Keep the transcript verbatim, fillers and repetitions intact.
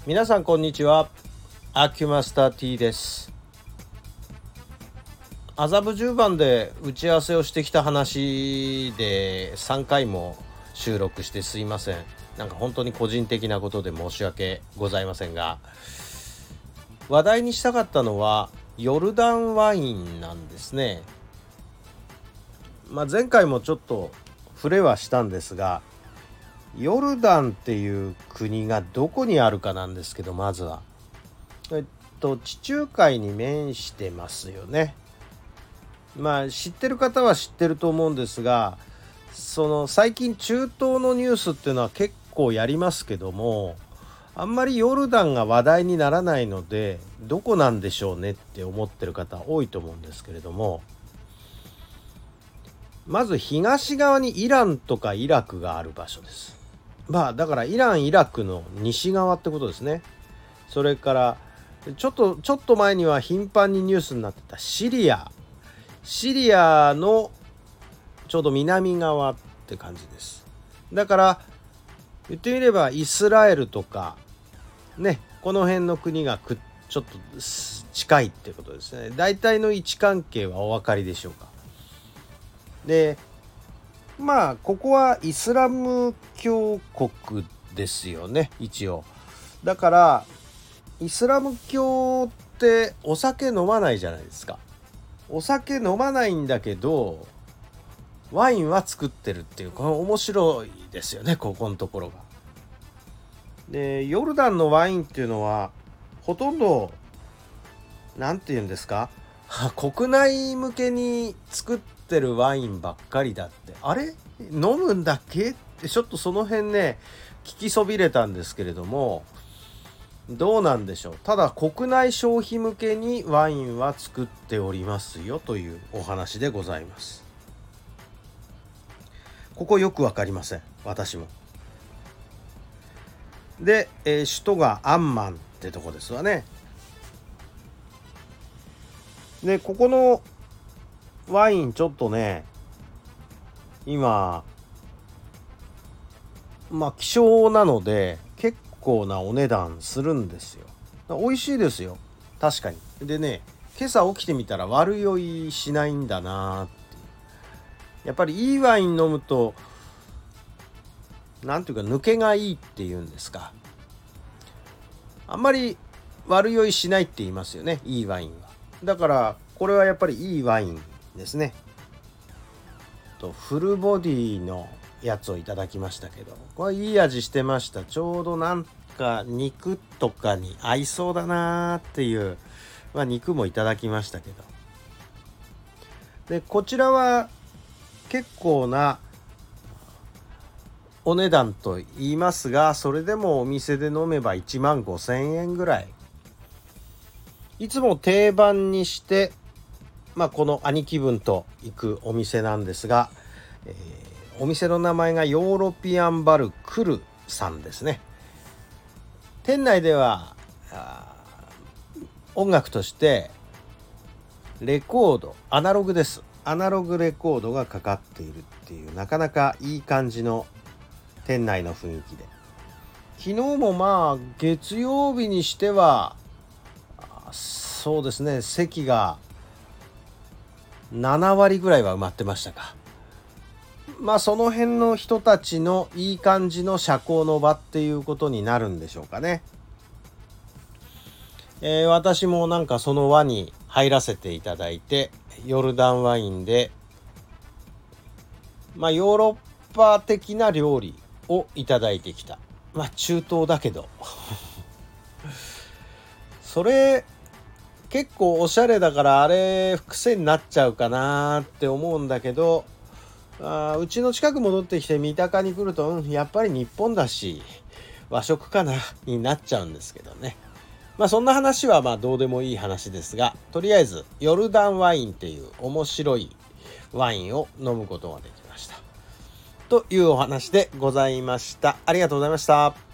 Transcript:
皆さんこんにちは。アキュマスター T です。麻布十番で打ち合わせをしてきた話でさんかいも収録してすいません。なんか本当に個人的なことで申し訳ございませんが、話題にしたかったのはヨルダンワインなんですね。まあ、前回もちょっと触れはしたんですが、ヨルダンっていう国がどこにあるかなんですけど、まずはえっと地中海に面してますよね。まあ知ってる方は知ってると思うんですが、その最近中東のニュースっていうのは結構やりますけども、あんまりヨルダンが話題にならないので、どこなんでしょうねって思ってる方多いと思うんですけれども、まず東側にイランとかイラクがある場所です。まあだからイランイラクの西側ってことですね。それからちょっとちょっと前には頻繁にニュースになってたシリアシリアのちょうど南側って感じです。だから言ってみればイスラエルとかね、この辺の国がくちょっと近いってことですね。大体の位置関係はお分かりでしょうか。でまあここはイスラム教国ですよね、一応。だからイスラム教ってお酒飲まないじゃないですか。お酒飲まないんだけどワインは作ってるっていう、この面白いですよね、ここのところが。でヨルダンのワインっていうのはほとんどなんて言うんですか、国内向けに作ってるワインばっかりだって、あれ飲むんだっけってちょっとその辺ね聞きそびれたんですけれども、どうなんでしょう。ただ国内消費向けにワインは作っておりますよというお話でございます。ここよくわかりません、私も。で、えー、首都がアンマンってとこですわね。でここのワインちょっとね今まあ希少なので結構なお値段するんですよ。美味しいですよ、確かに。でね、今朝起きてみたら悪酔いしないんだなっていう。やっぱりいいワイン飲むとなんていうか抜けがいいっていうんですか、あんまり悪酔いしないって言いますよね、いいワインは。だからこれはやっぱりいいワインですね。とフルボディのやつをいただきましたけど、これいい味してました。ちょうどなんか肉とかに合いそうだなっていう、まあ、肉もいただきましたけど、でこちらは結構なお値段と言いますが、それでもお店で飲めばいちまんごせんえんぐらい。いつも定番にしてまあこの兄貴分と行くお店なんですが、えー、お店の名前がヨーロピアンバルクルさんですね。店内では音楽としてレコード、アナログです。アナログレコードがかかっているっていう、なかなかいい感じの店内の雰囲気で、昨日もまあ月曜日にしてはそうですね、席がななわりぐらいは埋まってましたか。まあその辺の人たちのいい感じの社交の場っていうことになるんでしょうかね。えー、私もなんかその輪に入らせていただいて、ヨルダンワインでまあヨーロッパ的な料理をいただいてきた。まあ中東だけどそれ結構おしゃれだからあれ癖になっちゃうかなって思うんだけど、あうちの近く戻ってきて三鷹に来ると、うん、やっぱり日本だし和食かなになっちゃうんですけどね。まあそんな話はまあどうでもいい話ですが、とりあえずヨルダンワインっていう面白いワインを飲むことができましたというお話でございました。ありがとうございました。